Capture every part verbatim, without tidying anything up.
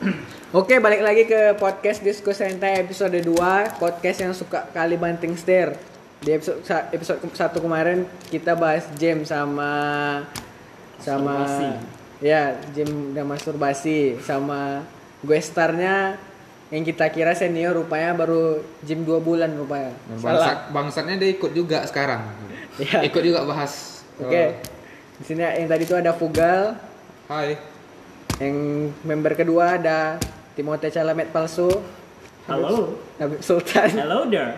Oke, balik lagi ke podcast Diskusi Santai episode dua, podcast yang suka kali banting setir. Di episode episode satu kemarin kita bahas game sama sama Masturbasi. ya, game dan masturbasi sama gue starnya yang kita kira senior rupanya baru gym dua bulan rupanya. Bangsat, bangsatnya dia ikut juga sekarang. Ya. Ikut juga bahas. Oke. Di sini yang tadi itu ada Fugal, Hai. yang member kedua ada Timothée Chalamet palsu. Halo. Habib Sultan. Hello there.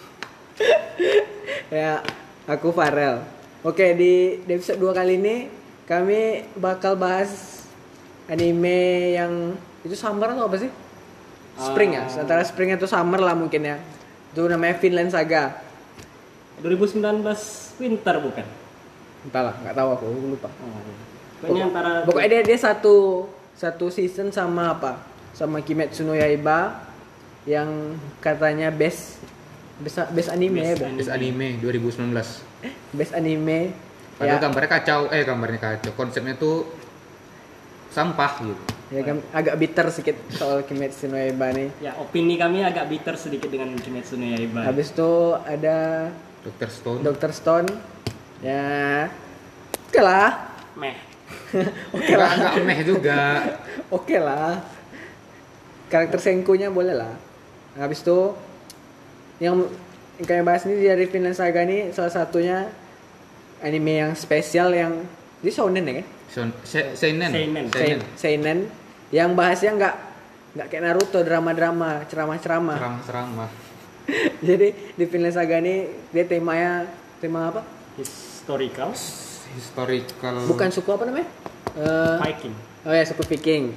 Ya, aku Farel. Oke, di, di episode dua kali ini kami bakal bahas anime yang itu summer atau apa sih? Spring ya, Ah. antara spring atau summer lah mungkin ya. Itu namanya Vinland Saga. dua ribu sembilan belas winter bukan? Entahlah, nggak tahu aku, aku lupa. Oh. Pokoknya antara Pokoknya dia dia satu satu season sama apa? Sama Kimetsu no Yaiba yang katanya best best, best anime ya, Best Bang? Best anime dua ribu sembilan belas. Best anime. Padahal Ya, gambarnya kacau, eh gambarnya kacau. Konsepnya tuh sampah gitu. ya kan agak bitter sedikit soal Kimetsu no Yaiba nih. ya opini kami agak bitter sedikit dengan Kimetsu no Yaiba. Habis itu ada dokter Stone. dokter Stone. Ya, oke lah. Meh. Oke lah. Enggak meh juga. Oke lah. Karakter Senkunya boleh lah. Habis itu yang yang kayak bahas ini dari Vinland Saga nih salah satunya anime yang spesial yang di shonen ya kan? Son- se- Seinen. Seinen. Seinen. Seinen. Seinen yang bahasnya nggak nggak kayak Naruto drama-drama, ceramah-ceramah. Serang-serang Jadi di Vinland Saga ini dia temanya tema apa? Historical historical. Bukan suku apa namanya? Eh, Viking. oh ya, suku Viking.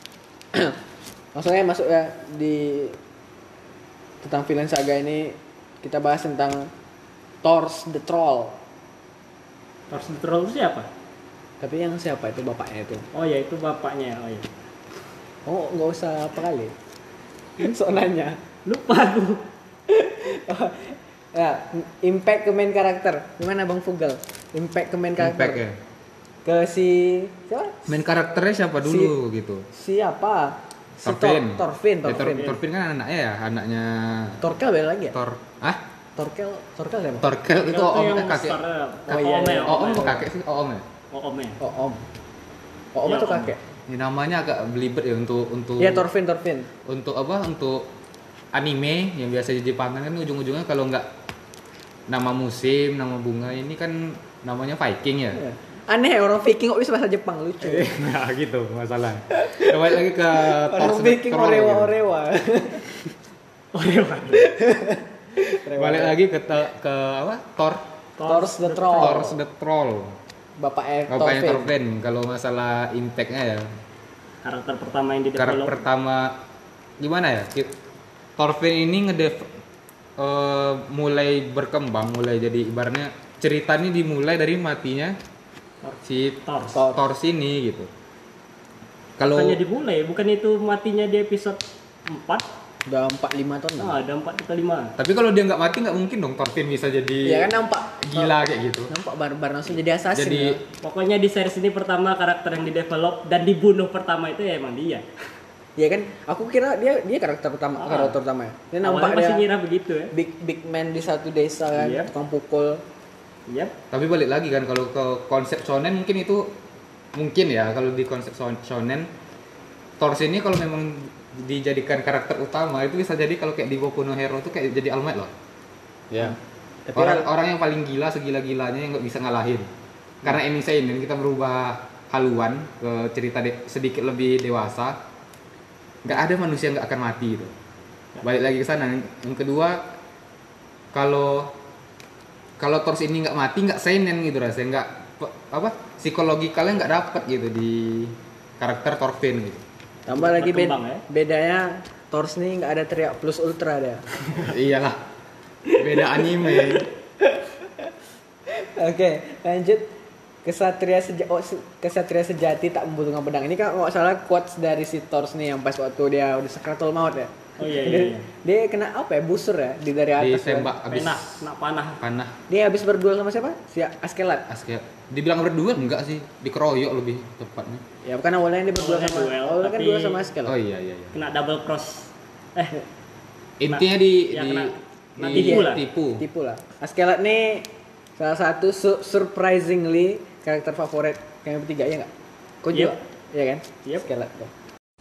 Maksudnya masuk ya di tentang Vinland Saga ini kita bahas tentang Thors the Troll. Thor the Troll itu siapa? Tapi yang siapa itu bapaknya itu? Oh ya itu bapaknya. Oh ya. Oh, nggak usah apa kali. Sok nanya. Lupa aku. Oh, ya, impact ke main karakter. Gimana Bang Fugal? Impact ke main karakter. Impact ya. Ke si siapa? Main karakternya siapa dulu gitu? Siapa? Si Thorfinn. Thor, Thorfinn, Ya, Thor- Thorfinn. Thorfinn kan anaknya ya, anaknya Torkel beda lagi ya? Thor. Ah? Torkel, Torkel siapa? Torkel itu Itu om yang eh, kakek. besar. Oh, iya, iya. Oh, om kok kakek sih? Oh, om ya. Oh om ya. Oh, Om. Oh, Om Ya, itu Om. kakek. Ini namanya agak belibet ya untuk untuk Iya, Thorfinn, Thorfinn. untuk apa? Untuk anime yang biasa di Jepangan kan ujung-ujungnya kalau nggak nama musim, nama bunga ini kan namanya Viking ya. Iya. Aneh ya, orang Viking kok bisa bahasa Jepang, lucu. Nah gitu masalah. Kembali lagi ke Orang Thor Viking Troll orewa gitu. orewa. Oh ya. Balik lagi ke te- ke apa? Thor. Thors the Troll. Thor the Troll. Bapaknya Bapaknya Thorfinn. Thorfinn kalau masalah impact-nya ya. Karakter pertama yang di Karakter develop. pertama gimana ya? Ki- Thorfinn ini ngedev eh, mulai berkembang, mulai jadi ibaratnya cerita ini dimulai dari matinya si Thor. Thor. Thor sini gitu. Kalau Bukannya dimulai, bukan itu matinya di episode empat? Udah empat lima tahun lah. Ah, ada empat atau lima. tapi kalau dia nggak mati nggak mungkin dong Thorfinn bisa jadi Iya kan nampak gila kayak gitu. nampak barbar langsung jadi assassin. Jadi ya. Pokoknya di series ini pertama karakter yang didevelop dan dibunuh pertama itu ya emang dia. Iya kan? Aku kira dia dia karakter pertama, Ah. karakter utama ya. Dia nampak Awalnya masih dia ngira begitu ya. big big man di satu desa kan, Iya. tukang pukul. Yap. tapi balik lagi kan kalau ke konsep shonen mungkin itu mungkin ya kalau di konsep shon- shonen Thor ini kalau memang dijadikan karakter utama itu bisa jadi kalau kayak di Boku no Hero itu kayak jadi All Might loh. Iya. Tapi Orang orang yang paling gila segila-gilanya yang nggak bisa ngalahin. Karena ini seinen kita berubah haluan ke cerita de- sedikit lebih dewasa. Nggak ada manusia yang nggak akan mati itu. Balik lagi ke sana. Yang kedua kalau kalau Thor ini nggak mati nggak seinen gitu rasanya nggak pe- apa psikologikalnya nggak dapet gitu di karakter Thorfinn gitu. tambah lagi bed- Berkembang, ya. bedanya Thors nih nggak ada teriak plus ultra dia. Iyalah beda anime. Oke, lanjut. Kesatria seja oh, se- kesatria sejati tak membutuhkan pedang. Ini kan nggak salah quotes dari si Thors nih yang pas waktu dia udah sakratul maut ya. Oh iya dia, iya. iya. dia kena apa ya? Busur ya di dari atas. ya. Ditembak habis Panah, nak panah. panah. Dia habis berduel sama siapa? Si Askelat. Askel dibilang berdua enggak sih, dikeroyok lebih tepatnya. Ya bukan awalnya dia berdua Awalnya sama duel, awalnya kan tapi- dua sama Askeladd. Oh iya iya iya. Kena double cross. Eh, Intinya di ya, di, kena- kena di- tipu lah. tipu. Tipu lah. Askeladd nih salah satu su- surprisingly karakter favorit kami bertiga ya nggak? Kau juga? Iya kan? Yep. Askeladd. tuh.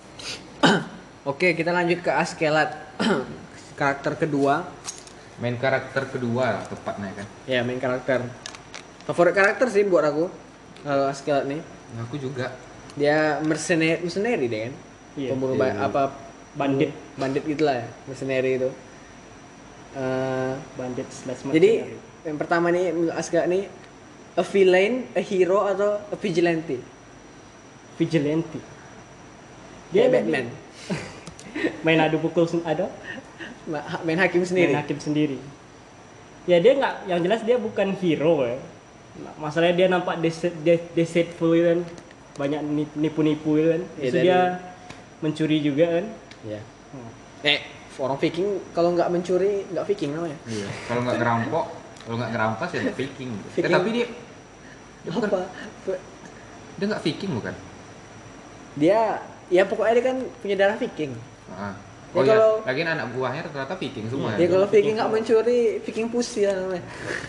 Oke, kita lanjut ke Askeladd. Karakter kedua. Main karakter kedua tepatnya kan. Ya, main karakter. Favorit karakter sih buat aku. Kalau Askeladd nih, Aku juga. dia mercenary, mercenary deh kan? Iya. Pembunuh Iya, ba- iya. apa Bandit. bandit gitulah ya, mercenary itu. Eh, bandit slash jadi mercenary. yang pertama nih Askeladd nih a villain, a hero atau a vigilante? vigilante. Dia Dia Batman. main adu pukul sen- ada Ma- ha- Main hakim sendiri. main hakim sendiri. Ya dia nggak, yang jelas dia bukan hero ya. Masalahnya dia nampak dece- de- deceitful kan, banyak ni- nipu-nipu kan. Iya, Terus dari- dia mencuri juga kan. Iya. Hmm. Eh, orang Viking kalau nggak mencuri nggak Viking namanya. Iya. Kalau nggak ngerampok, kalau nggak ngerampas ya Viking. Eh, Viking. tapi dia dia bukan Apa? dia nggak Viking bukan? Dia ya pokoknya dia kan punya darah Viking. Ah. Ya Oh ya, kalau- lagian anak buahnya rata-rata Viking semua Ya ya. kalau Viking Viking nggak semua. mencuri, Viking pussy lah namanya.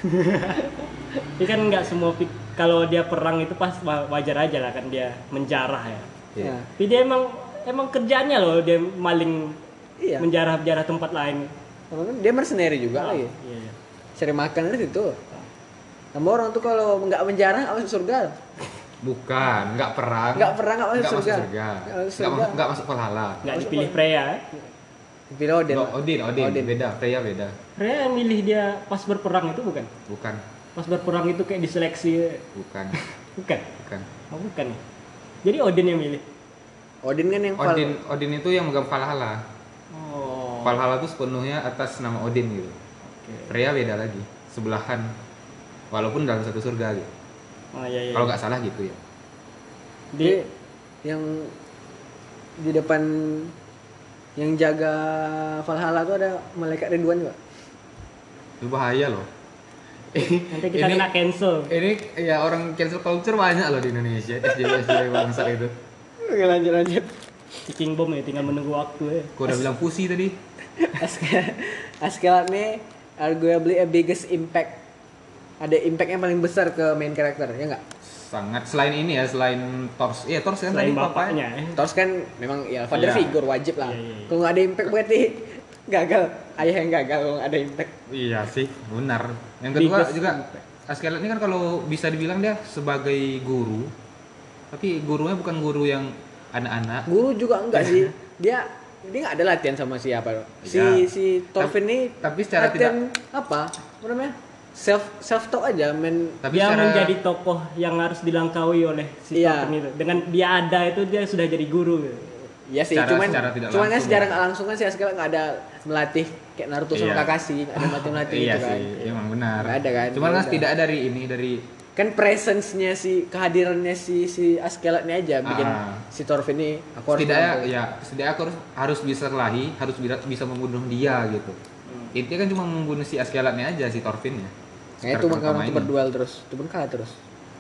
Ini kan nggak semua pik- kalau dia perang itu pas wa- wajar aja lah kan dia menjarah ya. Iya. Nah, Tapi dia emang emang kerjaannya loh dia maling, iya. menjarah-jarah tempat lain. Sama kan dia mercenary juga Ah, lagi. Iya, iya. Cari makan dari situ. Sama orang tuh kalau nggak menjarah nggak masuk surga. Bukan, nggak perang. Nggak perang nggak masuk Nggak surga. Nggak Nggak masuk Nggak surga. masuk, nggak masuk Valhalla. Nggak Masuk dipilih apa? Freya. ya. Pilih Odin. No, Odin, Odin, Odin. beda, Freya beda. Freya yang milih dia pas berperang itu bukan? Bukan, Pas berperang itu kayak diseleksi, bukan, bukan? bukan. Oh, bukan. Jadi Odin yang milih. Odin kan yang Val- Odin, Odin itu yang megang Valhalla. Oh. Valhalla itu sepenuhnya atas nama Odin gitu. Oke. Freya beda lagi, sebelahan. Walaupun dalam satu surga gitu. Oh iya iya. Kalau nggak salah gitu ya. Dia yang di depan yang jaga Valhalla tuh ada malaikat Ridwan juga. Itu bahaya loh. Nanti kita Ini- kena cancel. Ini ya orang cancel culture banyak loh di Indonesia. S J W S J W bangsa itu. Oke, lanjut lanjut. Ticking bomb ya, tinggal menunggu waktu ya. Gua udah bilang pusi tadi. Askeladd Askeladd nih arguably a biggest impact. Ada impact yang paling besar ke main karakter, ya nggak? Sangat selain ini ya, selain Thors. Iya, Thors kan Selain tadi bapaknya. papanya. ya. Thors kan memang ya father Iya. figure wajib lah. Iya, iya, iya. Kalau nggak ada impact berarti gagal. Ayah yang gagal kalau nggak ada impact. Iya sih, benar. Yang kedua Biggest juga impact. Askeladd ini kan kalau bisa dibilang dia sebagai guru, tapi gurunya bukan guru yang anak-anak. Guru juga enggak sih. Dia dia nggak ada latihan sama siapa loh. Si Iya. si Thorfinn ini tapi secara latihan apa? Apa namanya? Self self talk aja men. Tapi Dia secara menjadi tokoh yang harus dilangkaui oleh si Iya. Thorfinn itu. Dengan dia ada itu dia sudah jadi guru. Gitu. Iya sih, Secara- cuman secara tidak cuman kan langsung secara ya. nggak langsung kan sih Askeladd nggak ada melatih kayak Naruto sama Iya. Kakashi, nggak ada melatih melatih iya gitu kan. sih, emang benar. Nggak ada kan? Cuman Ya kan udah. tidak dari ini dari Kan presence-nya si kehadirannya si si Askeladd ini aja bikin Ah. si Thorfinn ini aku harus setidaknya mampu. ya setidaknya aku harus harus bisa kelahi, harus bisa bisa membunuh dia gitu. Intinya kan cuma membunuh si Askeladdnya aja si Thorfinn ya. Nah, itu makanya orang tuh berduel terus, itu pun kalah terus.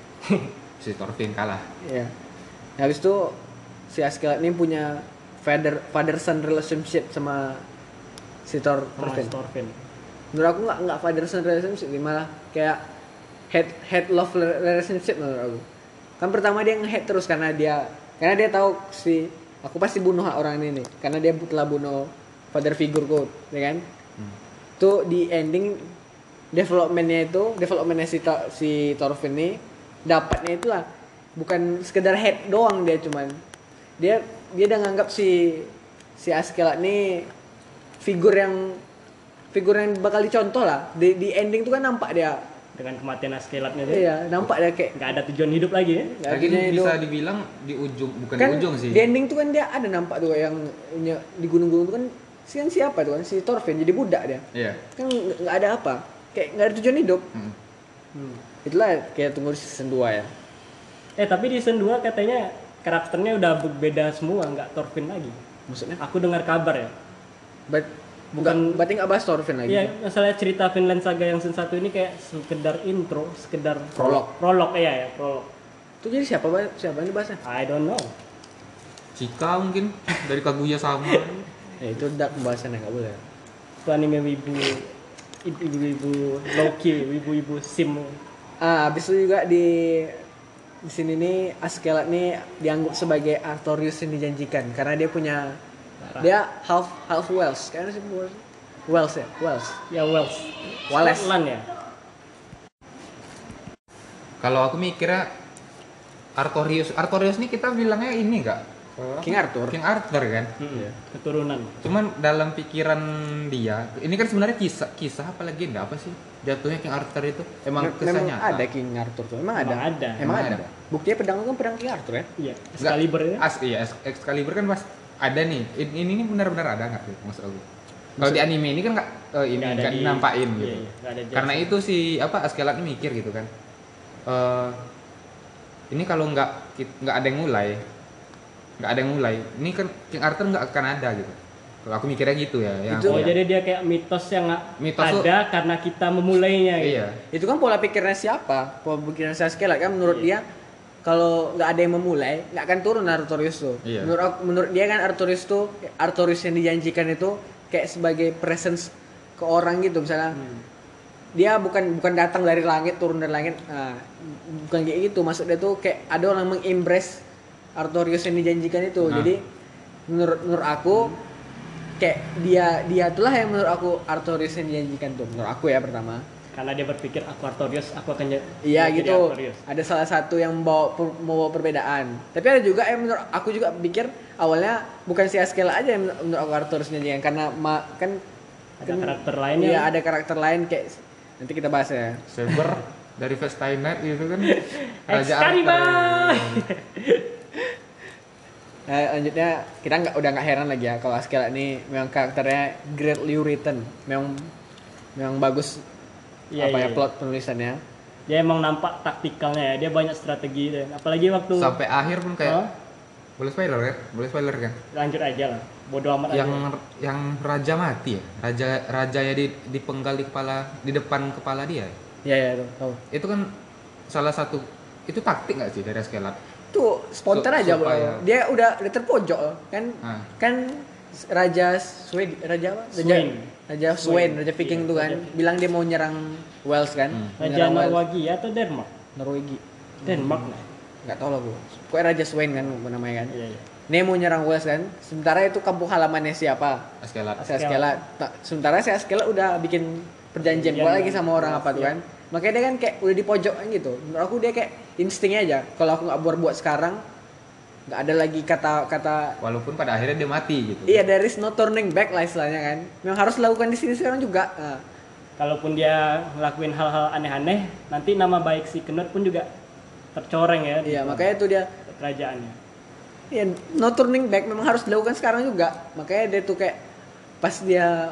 Si Thorfinn kalah. Iya. Nah, habis itu si Askeladd ini punya father father son relationship sama si Thor Sama Thorfinn. si Thorfinn. Menurut aku nggak nggak father son relationship sih, malah kayak head head love relationship menurut aku. Kan pertama dia nge-hate terus karena dia karena dia tahu si aku pasti bunuh orang ini nih karena dia telah bunuh father figureku, ya kan? Hmm. Tuh di ending developmentnya itu developmentnya si Thor- si Thorfinn ini dapatnya itu lah bukan sekedar hate doang, dia cuman dia dia udah nganggap si si Askeladd nih figur yang figur yang bakal dicontoh lah di, di ending tuh kan nampak dia Dengan kematian Askeladdnya itu. iya nampak dia kayak Nggak ada tujuan hidup lagi ya. nggak Lagi punya bisa hidup. dibilang di ujung bukan Kan di ujung sih. di ending tuh kan dia ada nampak tuh yang ny- di gunung-gunung tuh kan si kan siapa tuh kan si Thorfinn jadi budak dia Iya. kan nggak nggak ada apa kayak nggak ada tujuan hidup. Hmm. Hmm. Itulah kayak tunggu di season dua ya. Eh tapi di season dua katanya karakternya udah beda semua, nggak Thorfinn lagi. Maksudnya? Aku dengar kabar ya. But, Bukan- bukan berarti nggak bahas Thorfinn lagi. Iya, masalah cerita Vinland Saga yang season satu ini kayak sekedar intro, sekedar Prolog. Prolog iya ya, prolog. Itu jadi siapa Ba- siapa ini bahasnya? I don't know. Chika mungkin dari Kaguya sama. Ya itu dark pembahasannya nggak boleh. Itu anime wibu, ibu-ibu Loki, wibu-ibu sim. Ah, habis itu juga di di sini nih Askeladd nih dianggap sebagai Artorius yang dijanjikan karena dia punya Darah. dia half half Welsh, kan sih Welsh ya, Welsh. Ya Wells. Wales. Scotland ya. Kalau aku mikirnya Artorius, Artorius ini kita bilangnya ini enggak? King Arthur. King Arthur kan. Mm-mm. Keturunan. Cuman dalam pikiran dia, ini kan sebenarnya kisah kisah apa legenda apa sih? Jatuhnya King Arthur itu emang Mem- kisah memang nyata. ada King Arthur tuh, emang, Emang ada. ada. Emang Emang ada. ada. Buktinya pedang itu kan pedang King Arthur ya. Iya. Enggak, Excalibur ya. As, iya, Ex- Excalibur kan pas ada nih. Ini ini, ini benar-benar ada nggak sih maksud aku? Kalau di anime ini kan nggak eh, ini Nggak ada nggak di- dinampain iya, gitu. iya, nggak ada Karena jelas. itu si apa Askeladd ini mikir gitu kan. Eh ini kalau nggak kit- nggak ada yang mulai, nggak ada yang mulai, ini kan King Arthur nggak akan ada gitu. Kalau aku mikirnya gitu ya. Yang Itu- Oh, aku- jadi dia kayak mitos yang nggak Mitos tuh- ada karena kita memulainya gitu. iya. Itu kan pola pikirnya siapa? Pola pikirnya si Askeladd kan menurut Iya. dia kalau nggak ada yang memulai nggak akan turun Artorius tuh. Iya. Menurut aku- menurut dia kan Artorius tuh Artorius yang dijanjikan itu kayak sebagai presence ke orang gitu misalnya. Hmm. Dia bukan bukan datang dari langit turun dari langit. Nah, bukan kayak gitu. Maksud dia tuh kayak ada orang mengembrace Artorius yang dijanjikan itu. Nah. Jadi menurut menurut aku kayak dia dia itulah yang menurut aku Artorius yang dijanjikan tuh. Menurut aku ya pertama. Karena dia berpikir aku Artorius, aku akan jadi Iya jadi gitu. Artorius. Ada salah satu yang membawa per- membawa perbedaan. Tapi ada juga yang menurut aku juga pikir awalnya bukan si Askeladd aja yang menurut- menurut aku Artorius dijanjikan karena ma, kan Ada kan- karakter lain Iya, yang- ada karakter lain kayak nanti kita bahas ya. Saber dari Vestine Knight gitu kan. Raja Excalibur. Arthur. Nah, lanjutnya kita nggak udah nggak heran lagi ya kalau Askeladd ini memang karakternya greatly written, memang memang bagus Iya, apa iya, ya iya. plot penulisannya. Dia emang nampak taktikalnya ya, dia banyak strategi dan apalagi waktu Sampai akhir pun kayak Hah? boleh spoiler kan? Boleh spoiler kan? lanjut aja lah, bodo amat yang aja. yang raja mati ya, raja raja ya di dipenggal di kepala di depan kepala dia. Iya ya tuh. Tahu. Itu kan salah satu itu taktik nggak sih dari Askeladd? Tuh spontan Su- aja supaya- bro. Dia udah udah terpojok kan. Ah. Kan Raja Sweden, Raja apa? Raja Swain. Raja Swain. Swain, Raja Viking Iya, tuh kan. Raja- Bilang dia mau nyerang Wales kan. Hmm. Raja Menyerang Wales. Norwegia atau Denmark? Norwegia. Denmark lah. Nggak tahu lah gua. Pokoknya Raja Swain kan apa namanya kan. Iya, iya. Dia mau nyerang Wales kan. Sementara itu kampung halamannya siapa? Askeladd. Si Askeladd. Ta- Sementara si Askeladd udah bikin perjanjian Perjanjian pula lagi kan. sama orang apa tuh Iya. kan. Makanya dia kan kayak udah di pojok kan gitu. Menurut aku dia kayak instingnya aja. Kalau aku nggak buat buat sekarang, nggak ada lagi kata-kata. Walaupun pada akhirnya dia mati gitu. Iya, there is no turning back lah istilahnya kan. Memang harus lakukan di sini sekarang juga. Nah, Kalaupun dia ngelakuin hal-hal aneh-aneh, nanti nama baik si Knut pun juga tercoreng ya. iya, di makanya itu dia. kerajaannya. Iya, no turning back memang harus dilakukan sekarang juga. Makanya dia tuh kayak pas dia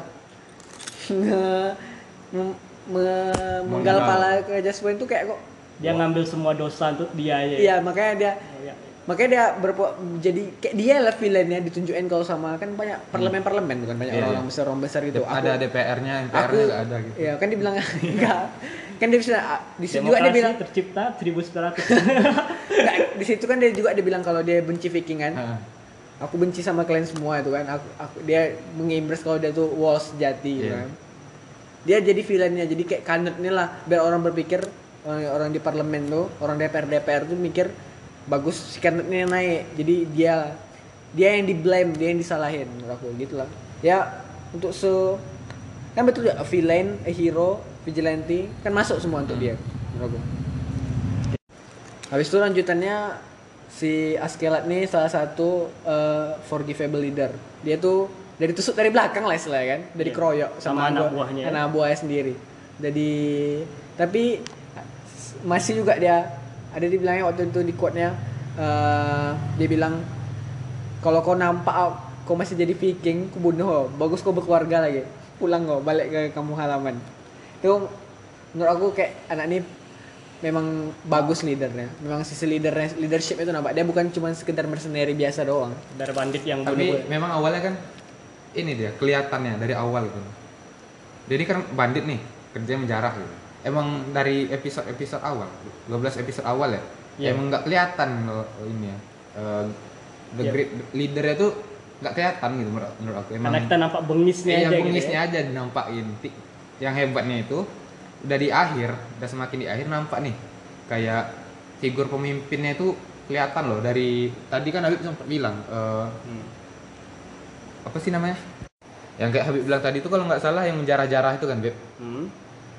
nge mem- me- menggal Menggal. pala ke Raja Swain tuh kayak kok. Dia ngambil semua dosa untuk dia aja. Iya, makanya dia Iya. makanya dia berpo jadi kayak dia lah villainnya ditunjukin kalau sama kan banyak parlemen-parlemen bukan banyak Iya, orang-orang iya. besar orang besar gitu. Ada D P R-nya, M P R-nya aku nggak ada gitu. Iya, kan dibilang enggak. Kan dia bisa di situ juga dia Demokrasi bilang tercipta seribu sembilan ratus. enggak, di situ kan dia juga dia bilang kalau dia benci Viking kan. Heeh. Aku benci sama kalian semua itu kan. Aku, aku dia mengimbras kalau dia tuh Walls sejati gitu Iya. kan. Dia jadi villainnya, jadi kayak kanetnya lah biar orang berpikir orang-orang di parlemen tuh, orang D P R D P R tuh mikir bagus si kanetnya naik. Jadi dia dia yang di blame, dia yang disalahin menurut aku gitu lah. Ya untuk se kan betul ya, a villain, a hero, vigilante kan masuk semua untuk dia menurut aku. Habis itu lanjutannya si Askeladd nih salah satu uh, forgivable leader. Dia tuh dari tusuk dari belakang lah istilahnya kan, dari Iya. keroyok Sama anak gua- buahnya. anak buahnya sendiri. Jadi tapi masih juga dia ada dibilangnya waktu itu di quote-nya uh, dia bilang kalau kau nampak kau masih jadi Viking, ku bunuh kau. Bagus kau berkeluarga lagi. Pulang kau balik ke kampung halaman. Itu menurut aku kayak anak ini memang bagus leadernya. Memang sisi leadernya, leadership itu nampak. Dia bukan cuma sekedar mercenary biasa doang. Dari bandit yang Tapi bunuh. memang awalnya kan ini dia kelihatannya dari awal gitu. Jadi kan bandit nih kerja menjarah gitu. Emang dari episode-episode awal, dua belas episode awal ya. Iya. emang nggak kelihatan loh ini ya. Eh, the Iya. great leader-nya tuh nggak kelihatan gitu menurut, menurut aku. Emang Karena kita nampak bengisnya iya, aja gitu bengisnya ya. aja dinampakin. Ti- Yang hebatnya itu udah di akhir, udah semakin di akhir nampak nih kayak figur pemimpinnya itu kelihatan loh dari tadi kan Habib sempat bilang eh, Hmm. apa sih namanya? Yang kayak Habib bilang tadi itu kalau nggak salah yang menjarah-jarah itu kan, Beb. Hmm.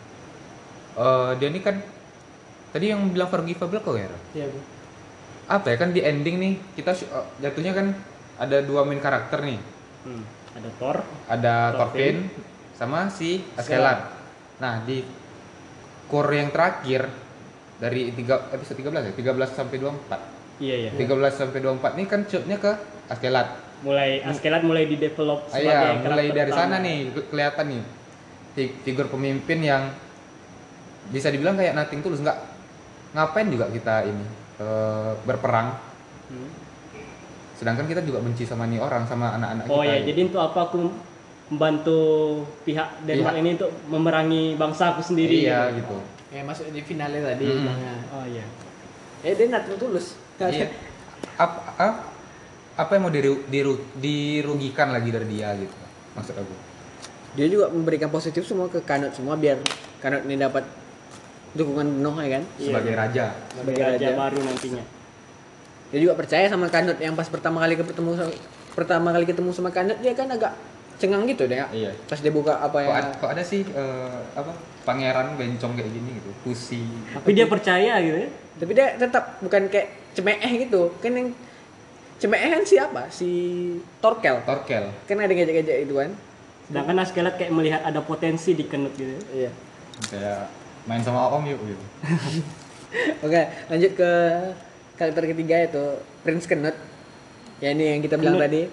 Eh, dia ini kan tadi yang bilang forgivable kok ya? Iya, Bu. Apa ya kan di ending nih kita sy- eh, jatuhnya kan ada dua main karakter nih. Hmm. Ada Thor. Ada Thorfinn. Thorfinn sama si Askelat. Nah, di core yang terakhir dari tiga episode tiga belas ya, tiga belas sampai dua puluh empat. Iya, iya. tiga belas sampai dua puluh empat nih kan shotnya ke Askelat. Mulai Askelat mulai di develop Ah, sebagai iya, mulai karakter dari utama. sana nih ke- kelihatan nih fi- figur pemimpin yang bisa dibilang kayak nothing tulus, nggak ngapain juga kita ini eh, berperang, Hmm. sedangkan kita juga benci sama nih orang, sama anak-anak Oh kita. ya, gitu. jadi untuk apa aku membantu pihak Denmark Pihak- ini untuk memerangi bangsa aku sendiri? iya gitu. gitu. Kayak masuk di finalnya tadi Hmm. bilangnya. Oh iya. Eh dia nato tulus. Iya. Apa, apa apa yang mau diru, diru- dirugikan lagi dari dia gitu maksud aku. Dia juga memberikan positif semua ke Kanut semua biar Kanut ini dapat dukungan penuh ya kan. Iya. Sebagai raja. Sebagai Sebagai raja raja. baru nantinya. Dia juga percaya sama Kanut yang pas pertama kali ketemu sama, pertama kali ketemu sama Kanut dia kan agak cengang gitu deh ya. Iya. Pas dia buka apa Kok ya. ada, kok ada sih eh, apa pangeran bencong kayak gini gitu, pusi. Tapi dia percaya gitu ya. Tapi dia tetap bukan kayak cemeeh gitu. Kan yang cemeeh kan siapa? Si Torkel. Torkel. Kan ada ngejek-ngejek itu kan. Sedangkan Askelat kayak melihat ada potensi di Canute gitu. Iya. Kayak main sama Om yuk gitu. Oke, lanjut ke karakter ketiga itu Prince Canute. Ya ini yang kita bilang Canute. tadi.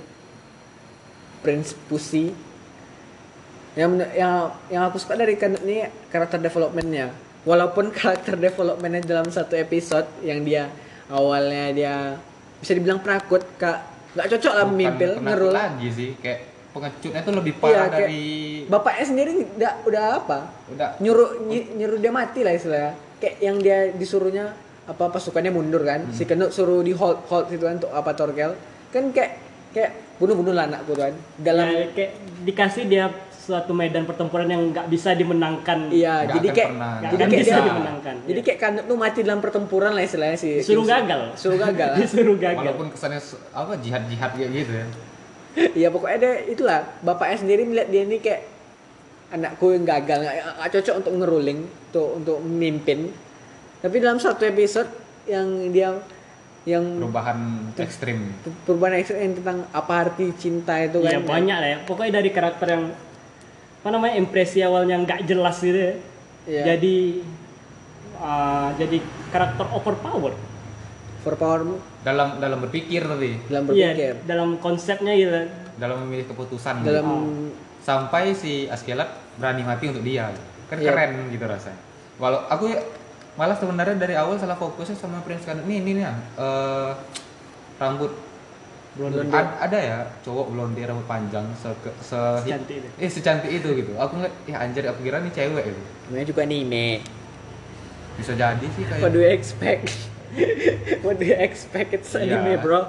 Prince Pussy. Yang men- yang yang aku suka dari Canute ini karakter developmentnya. Walaupun karakter developmentnya dalam satu episode yang dia awalnya dia bisa dibilang penakut, kak nggak cocok lah Bukan memimpin penakut ngerul. lagi sih, kayak pengecutnya tuh lebih Iya, parah kayak dari bapaknya sendiri udah udah apa? udah Nyuruh ny- nyuruh dia mati lah istilahnya. Kayak yang dia disuruhnya apa pasukannya mundur kan. Si Canute suruh di hold hold itu kan untuk apa Torkel. Kan kayak kayak bunuh-bunuh lah anakku tuh kan. Dalam Ya, kayak dikasih dia suatu medan pertempuran yang nggak bisa dimenangkan. iya, Nggak jadi akan kayak pernah. Nggak jadi akan kayak bisa dia dimenangkan. Jadi Iya. kayak Canute tuh mati dalam pertempuran lah istilahnya sih. Disuruh gagal. Suruh gagal. lah. Disuruh gagal. walaupun kesannya se- apa jihad-jihad kayak gitu ya. Iya pokoknya ada itulah bapaknya sendiri melihat dia ini kayak anakku yang gagal nggak nggak cocok untuk ngeruling untuk untuk memimpin. Tapi dalam satu episode yang dia yang Perubahan ekstrim. perubahan ekstrim yang tentang apa arti cinta itu kan. Iya banyak lah ya. Pokoknya dari karakter yang apa namanya impresi awalnya nggak jelas gitu ya. Iya. Jadi uh, jadi karakter overpower. For power Dalam dalam berpikir tapi dalam berpikir. Iya, dalam konsepnya gitu. dalam memilih keputusan Dalam gitu. Oh. Sampai si Askelat berani mati untuk dia. Kan Iya. keren gitu rasanya. Walau aku ya, malah sebenarnya dari awal salah fokusnya sama Prince Canute nih, ini nih eh, rambut Blonde. Ad- ada ya cowok blonde rambut panjang se, se Secantik itu. eh secantik itu gitu. Aku ngeliat ya anjir aku kira nih cewek gitu. namanya juga anime. Bisa jadi sih kayak What do you expect? What do you expect? It's Iya. anime, bro.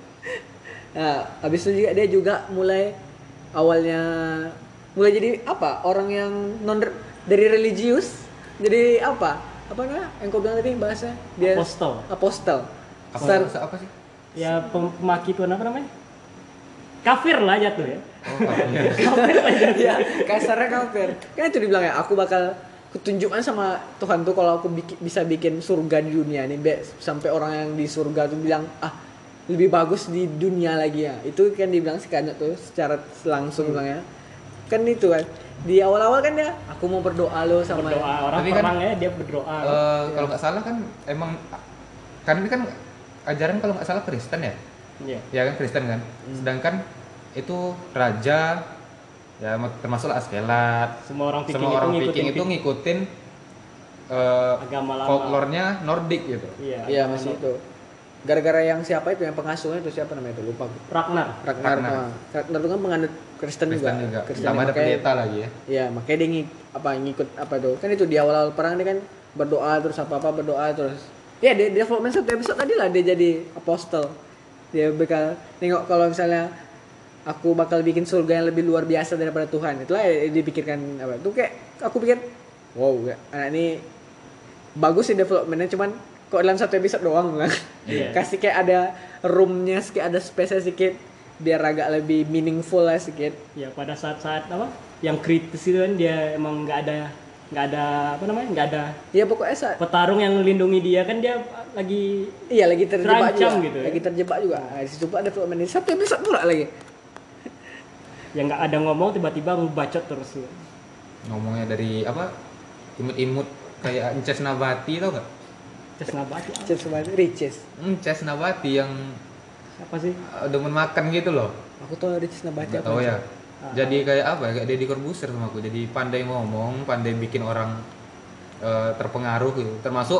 Nah, habis itu juga dia juga mulai awalnya mulai jadi apa? Orang yang non dari religius jadi apa? Apa namanya? Yang kau bilang tadi bahasa dia Apostel. Apostel. apa, Star- apa sih? Ya pem- pemaki Tuhan apa namanya? Kafir lah jatuh ya. Oh, iya. ya, kasarnya kafir. Kan itu dibilang ya, aku bakal kutunjukkan sama Tuhan tuh kalau aku biki- bisa bikin surga di dunia nih, Be. Sampai orang yang di surga tuh bilang, ah lebih bagus di dunia lagi ya. Itu kan dibilang si Canute tuh secara langsung bilangnya. Kan itu kan di awal-awal kan dia, aku mau berdoa lo sama. Berdoa orang Tapi kan, perang ya dia berdoa. Eh, kalau nggak salah kan emang kan ini kan ajaran kalau nggak salah Kristen ya. Iya. Ya kan Kristen kan. Sedangkan itu raja ya termasuk Askelat. Semua orang Viking Semua itu orang ngikutin Viking itu Viking. ngikutin eh, Agama lama. folklore-nya Nordik gitu. Iya. Iya agama masih lama. itu. Gara-gara yang siapa itu yang pengasuhnya itu siapa namanya itu lupa. gue. Ragnar. Ragnar. Ragnar. Nah, Ragnar itu kan penganut Kristen juga. Kristen juga. Kristen Sama ada makanya- pendeta lagi ya. Iya, makanya dia ngik, apa ngikut apa tuh. Kan itu di awal-awal perang dia kan berdoa terus apa-apa berdoa terus Ya di development satu episode tadi lah dia jadi apostle. Dia bakal nengok kalau misalnya aku bakal bikin surga yang lebih luar biasa daripada Tuhan. Itulah yang dipikirkan apa. Itu kayak aku pikir, wow, anak ini bagus sih developmentnya, cuman kok dalam satu episode doang lah. Iya. Kasih kayak ada roomnya sedikit, ada space sedikit biar agak lebih meaningful lah sedikit. Ya pada saat-saat apa yang kritis itu kan dia emang nggak ada nggak ada apa namanya nggak ada Ya pokoknya saat petarung yang melindungi dia kan dia lagi iya lagi terjebak terancam juga, gitu ya. lagi terjebak juga. Nah, di situ pula development ini satu episode pula lagi. yang nggak ada ngomong tiba-tiba ngebacot terus. Ngomongnya dari apa? Imut-imut kayak Inces Nabati tau gak? Ces nabati apa? Chips sama Riches. Inces Nabati yang Apa sih? uh, demen makan gitu loh. Aku tahu Riches Nabati Gak apa tahu sih? ya. Ah. Jadi kayak apa ya? Kayak Deddy Corbuzier sama aku. Jadi pandai ngomong, pandai bikin orang uh, terpengaruh gitu. Termasuk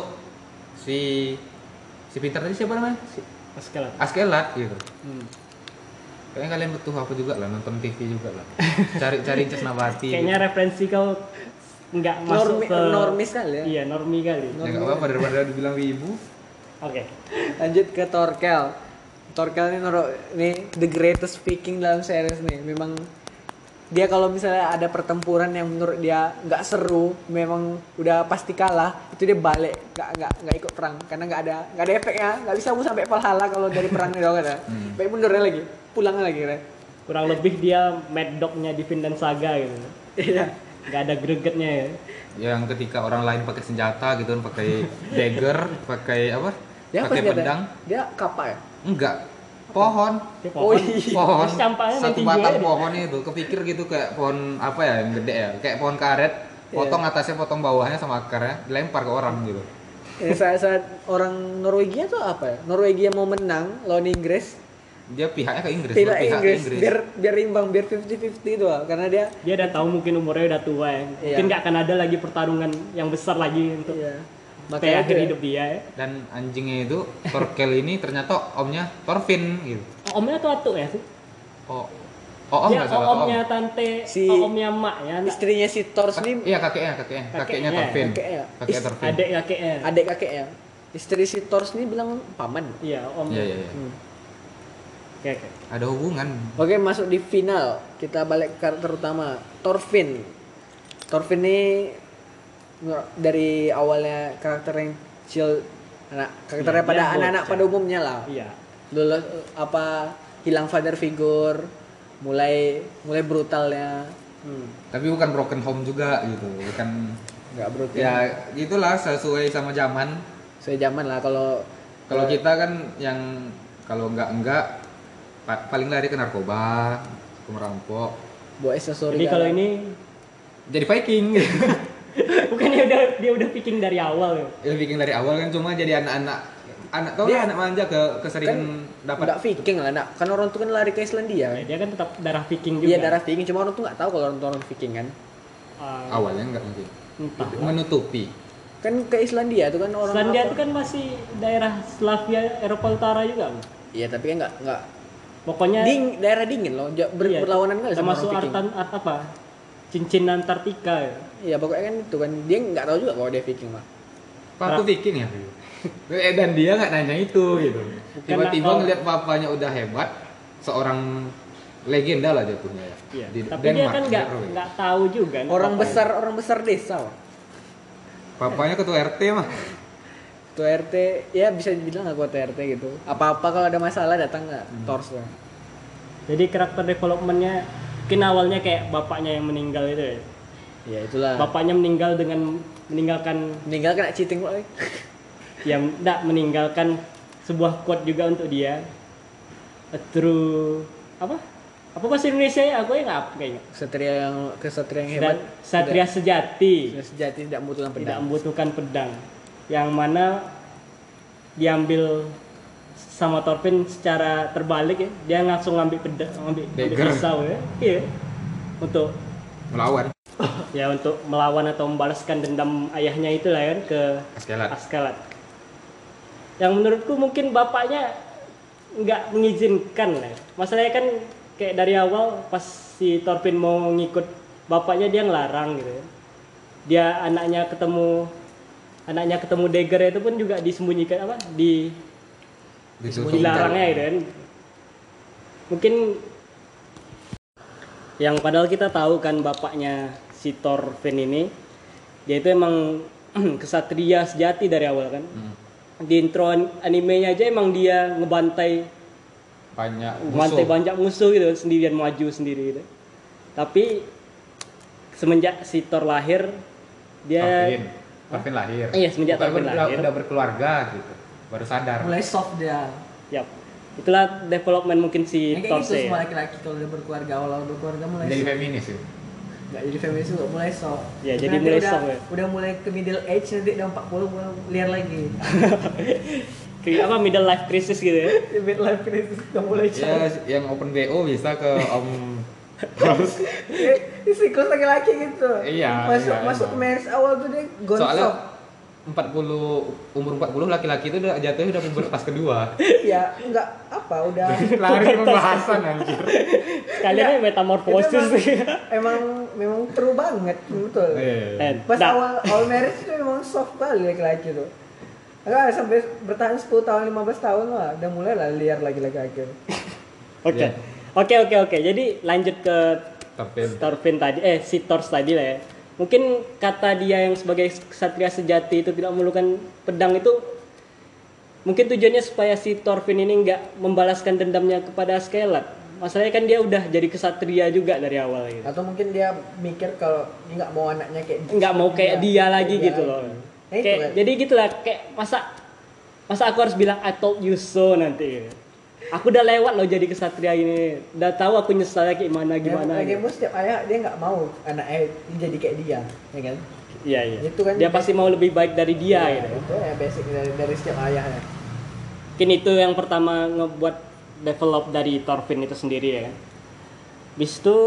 si si pintar tadi siapa namanya? Si Pascal. Askelat gitu. Hmm. Kayaknya kalian butuh apa juga lah, nonton T V juga lah. Cari-cari Inces Nabati. Kayaknya referensi kau nggak masuk Normi, ke normis kali ya. Iya, normi kali. Ya nggak apa-apa daripada dibilang wibu. Oke. Lanjut ke Torkel. Torkel ini noro ini the greatest Viking dalam series nih. Memang dia kalau misalnya ada pertempuran yang menurut dia nggak seru, memang udah pasti kalah, itu dia balik, nggak nggak nggak ikut perang karena nggak ada nggak ada efeknya, nggak bisa mau sampai Valhalla kalau dari perang itu kan. Hmm. Baik mundurnya lagi, pulang lagi kan. Kurang lebih dia mad dog-nya di Vinland Saga gitu. Iya. Nggak ada gregetnya ya. Yang ketika orang lain pakai senjata gitu kan, pakai dagger, pakai apa? Dia apa pakai senjata? pedang. Dia kapa ya? Enggak. Pohon. Dia Oh pohon. iya. Pohon. Terus campaknya main Satu tinju batang aja. pohon itu kepikir gitu kayak pohon apa ya yang gede ya, kayak pohon karet. Potong atasnya, potong bawahnya sama akarnya, dilempar ke orang gitu. Ini saat-saat orang Norwegia tuh apa ya? Norwegia mau menang lawan Inggris, Dia pihaknya ke Inggris, pilih berpihak ke Inggris, Inggris. biar biar imbang, biar fifty fifty itu lah. Karena dia Dia udah tahu mungkin umurnya udah tua ya. Mungkin Iya. nggak akan ada lagi pertarungan yang besar lagi untuk iya. sampai Makanya akhir dia- hidup dia ya. Dan anjingnya itu Torkel ini ternyata omnya Thorfinn gitu. Omnya tuh atuk ya sih? Oh, oh om Dia nggak salah, oh, om. omnya tante, Si- oh, omnya mak ya. anak- istrinya si Thors Kak- ini Iya kakeknya, kakeknya, kakeknya Kakeknya, Thorfinn. kakeknya. Kakeknya Is- Thorfinn. Adik kakeknya. adik kakeknya. Istri si Thors ini bilang paman. Iya, om. Iya iya iya. Hmm. Oke, oke. Ada hubungan. Oke, masuk di final. Kita balik ke karakter utama, Thorfinn. Thorfinn ini nggak- dari awalnya karakter yang chill, anak karakternya Iya, pada dia anak-anak bocah. pada umumnya lah. Iya. Lulus apa hilang father figure, mulai mulai brutalnya. Hmm. Tapi bukan broken home juga gitu, bukan. Nggak brutal. Ya itulah sesuai sama zaman. Saya zaman lah kalau Kalau kita kan yang kalau enggak enggak pa- paling lari ke narkoba, ke merampok, buat aksesoris. Jadi kalau ini jadi Viking. bukan dia udah dia udah picking dari awal ya. Ya Viking dari awal kan cuma jadi anak-anak anak tau Dia- lah, anak manja ke keseringan dapat. Kan nggak Viking lah, nak. Kan orang tuh kan lari ke Islandia. Ya, dia kan tetap darah Viking juga. Iya darah Viking, cuma orang tuh nggak tahu kalau orang tuh orang Viking kan. Ah, Awalnya enggak mungkin. entah. Menutupi. Kan ke Islandia tuh kan orang. Islandia apa- itu kan masih daerah Slavia Eropa Utara juga. Bu. Iya tapi kan nggak nggak Pokoknya ding daerah dingin loh, ja- ber- iya, berlawanan nggak sama termasuk orang Viking. artan art apa? Cincin Antartika ya. Iya pokoknya kan itu kan dia nggak tahu juga kalau dia Viking mah. Pak aku Viking ya. Eh, Dan dia nggak nanya itu gitu. Tiba-tiba nakal. ngeliat papanya udah hebat, seorang legenda lah jatuhnya ya. Iya. Di Tapi dia Denmark, kan nggak Norway. nggak tahu juga. Orang bapaknya. besar orang besar desa. Wah. Papanya ketua R T mah. Ketua R T ya bisa dibilang nggak ketua R T gitu. Apa-apa kalau ada masalah datang nggak Hmm. Thors lah. Jadi karakter developmentnya mungkin awalnya kayak bapaknya yang meninggal itu ya. Ya itulah. Bapaknya meninggal dengan meninggalkan Meninggal kena cheating loh. yang tidak meninggalkan sebuah quote juga untuk dia. A true apa? Apa bahasa Indonesia ya? Aku yang nggak nggak ingat. Kesatria yang kesatria yang hebat. Dan satria sejati tidak, sejati tidak membutuhkan tidak pedang. membutuhkan pedang. Yang mana diambil sama Thorfinn secara terbalik ya. Dia langsung ngambil pedang, ngambil, ngambil Dagger. pisau ya. Iya. Untuk Melawan ya untuk melawan atau membalaskan dendam ayahnya itu lah kan ke Askelat. Askelat. Yang menurutku mungkin bapaknya nggak mengizinkan lah. Masalahnya kan kayak dari awal pas si Thorfinn mau ngikut bapaknya dia ngelarang gitu ya. Dia anaknya ketemu anaknya ketemu Dagger itu pun juga disembunyikan apa di Ditutup. dilarangnya gitu kan. Mungkin yang padahal kita tahu kan bapaknya si Thorfinn ini dia itu emang kesatria sejati dari awal kan. Hmm. Di intro animenya aja emang dia ngebantai Banyak ngebantai musuh. banyak musuh gitu sendirian maju sendiri gitu. Tapi semenjak si Thor lahir dia Thorfinn. Thorfinn lahir. Iya, semenjak Pokoknya Thorfinn udah, lahir. udah berkeluarga gitu. Baru sadar. Mulai soft dia. Yap. Itulah development mungkin si Yang Thor kayak gitu sih. semua laki-laki kalau udah berkeluarga, awal berkeluarga mulai Jadi soft. feminis ya. Nggak jadi feminis juga, mulai soft. Ya, Tapi jadi nanti mulai udah, soft ya. Udah mulai ke middle age, nanti udah empat puluh mulai liar lagi. Kayak apa middle life crisis gitu ya. Midlife crisis udah mulai Ya, cair. yang open B O bisa ke Om Eh, Ini siklus laki-laki gitu. Iya, Masuk iya, masuk emang. mens awal tuh dia gone Soalnya soft. empat puluh umur empat puluh laki-laki itu udah jatuhnya udah pubertas kedua. Ya enggak apa udah. Lari pembahasan anjir. Sekalian aja metamorfosis. Itu emang, emang memang perlu banget betul. Iya. Eh, Pas nah, awal awal marriage itu memang soft kali laki-laki tuh. Enggak sampai bertahan sepuluh tahun lima belas tahun lah udah mulai lah liar lagi laki-laki. Oke. Ya. Oke oke oke. Jadi lanjut ke Thorfinn. Thorfinn tadi eh si Thor tadi lah ya. Mungkin kata dia yang sebagai ksatria sejati itu tidak memerlukan pedang itu mungkin tujuannya supaya si Thorfinn ini nggak membalaskan dendamnya kepada Skelet. Masalahnya kan dia udah jadi kesatria juga dari awal gitu. Atau mungkin dia mikir kalau dia nggak mau anaknya kayak Nggak mau kayak dia lagi Dia gitu lagi. loh. Nah, itu Kayak kan. jadi gitulah kayak masa masa aku harus bilang I told you so nanti. Gitu. Aku udah lewat loh jadi kesatria ini. Udah tahu aku nyesalnya kayak gimana gimana. Lagi gitu. mus setiap ayah dia nggak mau anaknya jadi kayak dia, ya kan? Iya iya. Itu kan dia pasti mau lebih baik dari dia Ya, gitu. itu ya basic dari, dari setiap ayah ya. Mungkin itu yang pertama ngebuat develop dari Thorfinn itu sendiri ya kan. Bis itu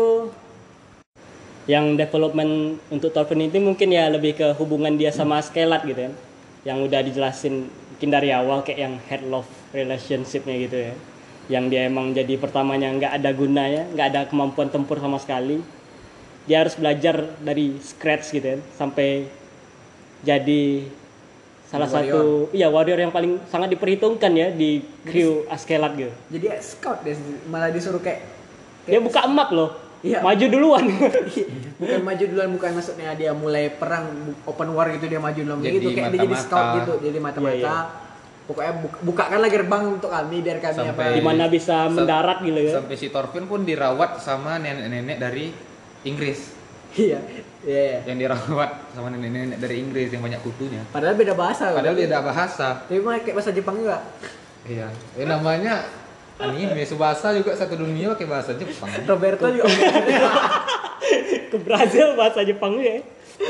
yang development untuk Thorfinn itu mungkin ya lebih ke hubungan dia sama Skelet gitu kan. Yang udah dijelasin mungkin dari awal kayak yang head love relationship-nya gitu ya. Yang dia emang jadi pertamanya nggak ada gunanya, nggak ada kemampuan tempur sama sekali. Dia harus belajar dari scratch gitu kan sampai jadi salah Warrior. satu iya warrior yang paling sangat diperhitungkan ya di kru Askelat gitu. Jadi ya, scout dia malah disuruh kayak, Dia buka map loh. Iya. Maju duluan. bukan maju duluan, bukan maksudnya dia mulai perang open war gitu dia maju duluan Jadi gitu kayak dia jadi mata-mata. scout gitu, jadi mata-mata. Iya, iya. Pokoknya buka, bukakanlah gerbang untuk kami biar kami Sampai- apa Di mana bisa Sam- mendarat gitu ya. Sampai si Thorfinn pun dirawat sama nenek-nenek dari Inggris. Iya. Iya. iya. Yang dirawat sama nenek-nenek dari Inggris yang banyak kutunya. Padahal beda bahasa. Padahal kan? beda bahasa. Tapi mah kayak bahasa Jepang juga. Iya. Eh, namanya anime Subasa juga satu dunia pakai bahasa Jepang. Roberto juga. Ke Brazil bahasa Jepang ya.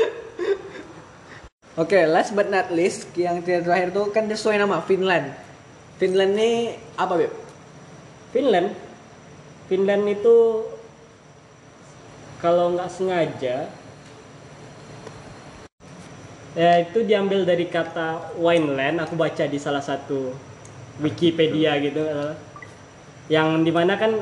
Oke, last but not least, yang terakhir tuh kan sesuai nama Finland. Finland nih apa, Beb? Finland. Finland itu kalau nggak sengaja ya itu diambil dari kata Wineland. Aku baca di salah satu Wikipedia gitu, yang dimana kan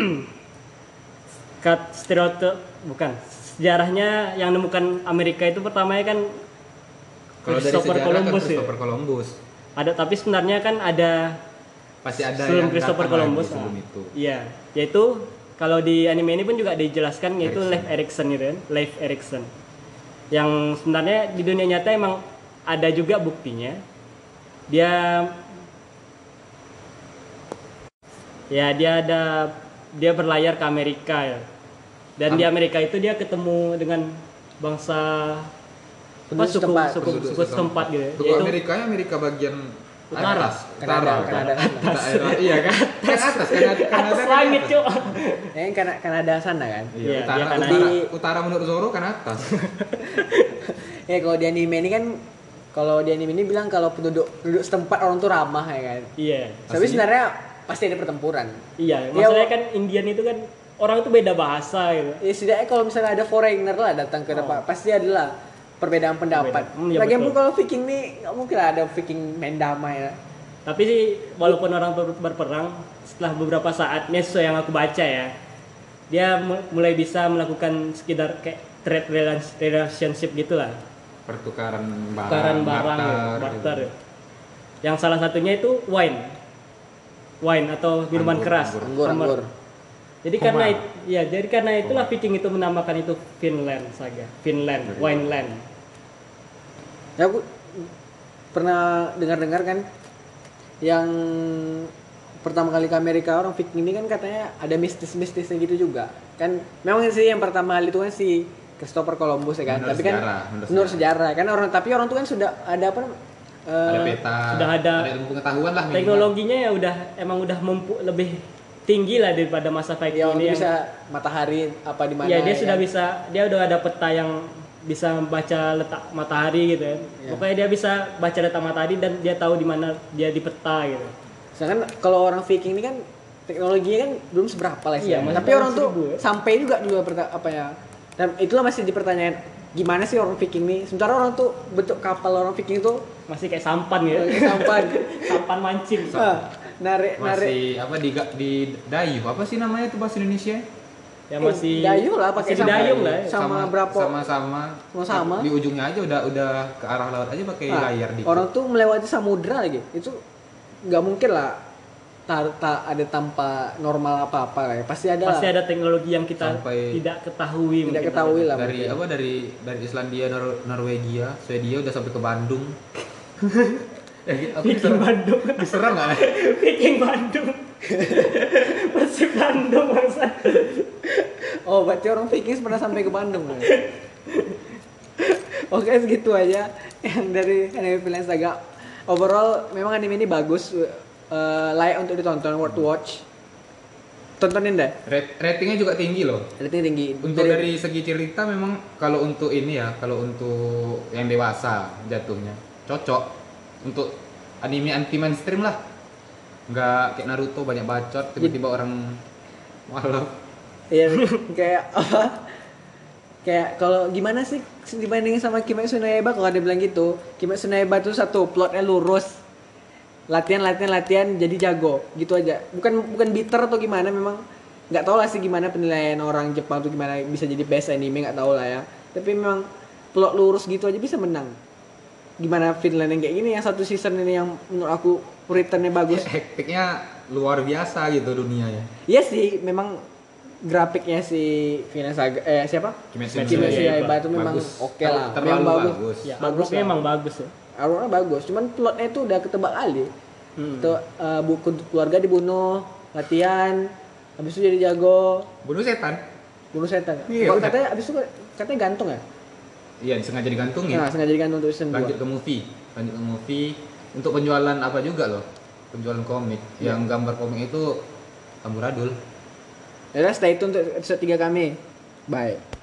kat stereotip bukan sejarahnya yang nemukan Amerika itu pertamanya kan Kalau dari Christopher sejarah Columbus kan ya. Christopher Columbus. Ada tapi sebenarnya kan ada Pasti ada sebelum yang Christopher datang lagi Columbus. sebelum nah, itu. Iya, yaitu kalau di anime ini pun juga dijelaskan yaitu Erikson. Leif Erikson gitu kan, Leif Erikson. Yang sebenarnya di dunia nyata emang ada juga buktinya. Dia ya dia ada dia berlayar ke Amerika ya. Dan di Amerika itu dia ketemu dengan bangsa apa Penduduk suku setempat. suku Penduduk suku setempat gitu ya. Suku Yaitu Amerika ya Amerika bagian Utara. atas, Kanada, utara, Kanada, kan? Kanada. Daerah, iya kan? Kan atas, Kanada, Kanada atas kan langit, atas. Cuk. Eh, karena Kanada sana kan. Iya, Iya, utara, dia Kanada. utara, utara menurut Zoro kan atas. Ya kalau di anime ini kan kalau di anime ini bilang kalau penduduk penduduk setempat orang tuh ramah ya kan. Iya. Tapi Pasti. sebenarnya pasti ada pertempuran. Iya, Dia- masalahnya kan Indian itu kan orang itu beda bahasa gitu. Ya setidaknya kalau misalnya ada foreigner lah datang ke tempat, pasti adalah perbedaan pendapat. Perbedaan. Hmm, ya Lagian betul. pun kalau Viking nih nggak mungkin lah ada Viking main damai ya. Tapi sih walaupun orang ber- berperang setelah beberapa saat, ini sesuai yang aku baca ya, dia mu- mulai bisa melakukan sekedar kayak trade rela- relationship gitulah. pertukaran barang, tukaran barang ya, barter, barter gitu. ya. Yang salah satunya itu wine. Wine atau minuman Anggur, keras. anggur. Anggur, Homer. anggur. Jadi Homer. karena it- ya jadi karena itulah Viking itu menamakan itu Finland saga. Finland, Dari- Wineland. Ya aku pernah dengar-dengar kan yang pertama kali ke Amerika orang Viking ini kan katanya ada mistis-mistisnya gitu juga. Kan memang sih yang pertama kali itu kan si Christopher Columbus ya kan. Menurut tapi kan sejarah, menurut menurut sejarah. sejarah kan orang tapi orang tuh kan sudah ada apa eh, Ada peta, sudah ada- ilmu pengetahuan lah minimal. Teknologinya ya udah emang udah mempu- lebih tinggi lah daripada masa Viking ya ini untuk yang bisa matahari apa di mana. ya dia ya sudah kan? bisa dia udah ada peta yang bisa membaca letak matahari gitu kan. Ya. Pokoknya dia bisa baca letak matahari dan dia tahu di mana dia di peta gitu. Sedangkan kalau orang Viking ini kan teknologinya kan belum seberapa lah Iya, sih. masih Tapi tahun orang tuh seribu ya. sampai juga juga perta- apa ya. Dan itulah masih dipertanyakan gimana sih orang Viking ini. Sementara orang tuh bentuk kapal orang Viking itu Masih kayak sampan gitu. sampan. Sampan mancing. Ah, narik narik Masih apa di di dayuh apa sih namanya itu bahasa Indonesia? Ya masih dayung lah pakai masih sama- dayung lah. Ya. sama berapa- sama-sama Sama-sama. di ujungnya aja udah udah ke arah laut aja pakai Ah, layar dikit. orang tuh melewati samudra lagi. Itu nggak mungkin lah tak ta, ada tanpa normal apa-apa lah ya. Pasti ada Pasti lah. ada teknologi yang kita Sampai- tidak ketahui. Tidak mungkin. ketahui lah dari mungkin. apa dari dari Islandia, Nor- Norwegia, Swedia udah sampai ke Bandung. Ya, gitu. Aku Viking diserang, Bandung. diserang nggak? Viking Bandung. Persib Bandung bangsa. Oh, berarti orang Viking pernah sampai ke Bandung kan? Oke, segitu aja yang dari anime Vinland Saga. Overall, memang anime ini bagus, eh, layak untuk ditonton, worth to watch. Tontonin deh, Rat- Ratingnya juga tinggi loh. rating tinggi. Untuk dari segi cerita memang kalau untuk ini ya, kalau untuk yang dewasa jatuhnya cocok. Untuk anime anti mainstream lah. Nggak kayak Naruto banyak bacot tiba-tiba orang malah. Iya, kayak apa? Kayak kalau gimana sih dibandingin sama Kimetsu no Yaiba kalau ada bilang gitu. Kimetsu no Yaiba tuh satu plotnya lurus. Latihan latihan latihan jadi jago, gitu aja. Bukan bukan bitter atau gimana, memang nggak tahu lah sih gimana penilaian orang Jepang tuh gimana bisa jadi best anime, nggak tahu lah ya. Tapi memang plot lurus gitu aja bisa menang. Gimana Finland yang kayak gini yang satu season ini yang menurut aku returnnya bagus. Hektiknya luar biasa gitu dunianya. Iya sih, memang grafiknya si Vinland Saga eh siapa? Kimetsu no Kimetsu no Yaiba. Yaiba itu memang Bagus. oke lah. Terlalu Memang bagus. bagus. Ya, Bagus bagus lah. memang bagus ya. Alurnya bagus, cuman plotnya itu udah ketebak kali. Hmm. Tuh eh, buku keluarga dibunuh, latihan, habis itu jadi jago, Bunuh setan. bunuh setan. Iya, Kok udah. katanya habis itu katanya gantung ya? Iya, sengaja digantungin. Nah, sengaja digantung untuk season Lanjut dua. ke movie. Lanjut ke movie untuk penjualan apa juga loh. Penjualan komik. Iya. Yang gambar komik itu amburadul. Ya udah, stay tune untuk episode tiga kami. Bye.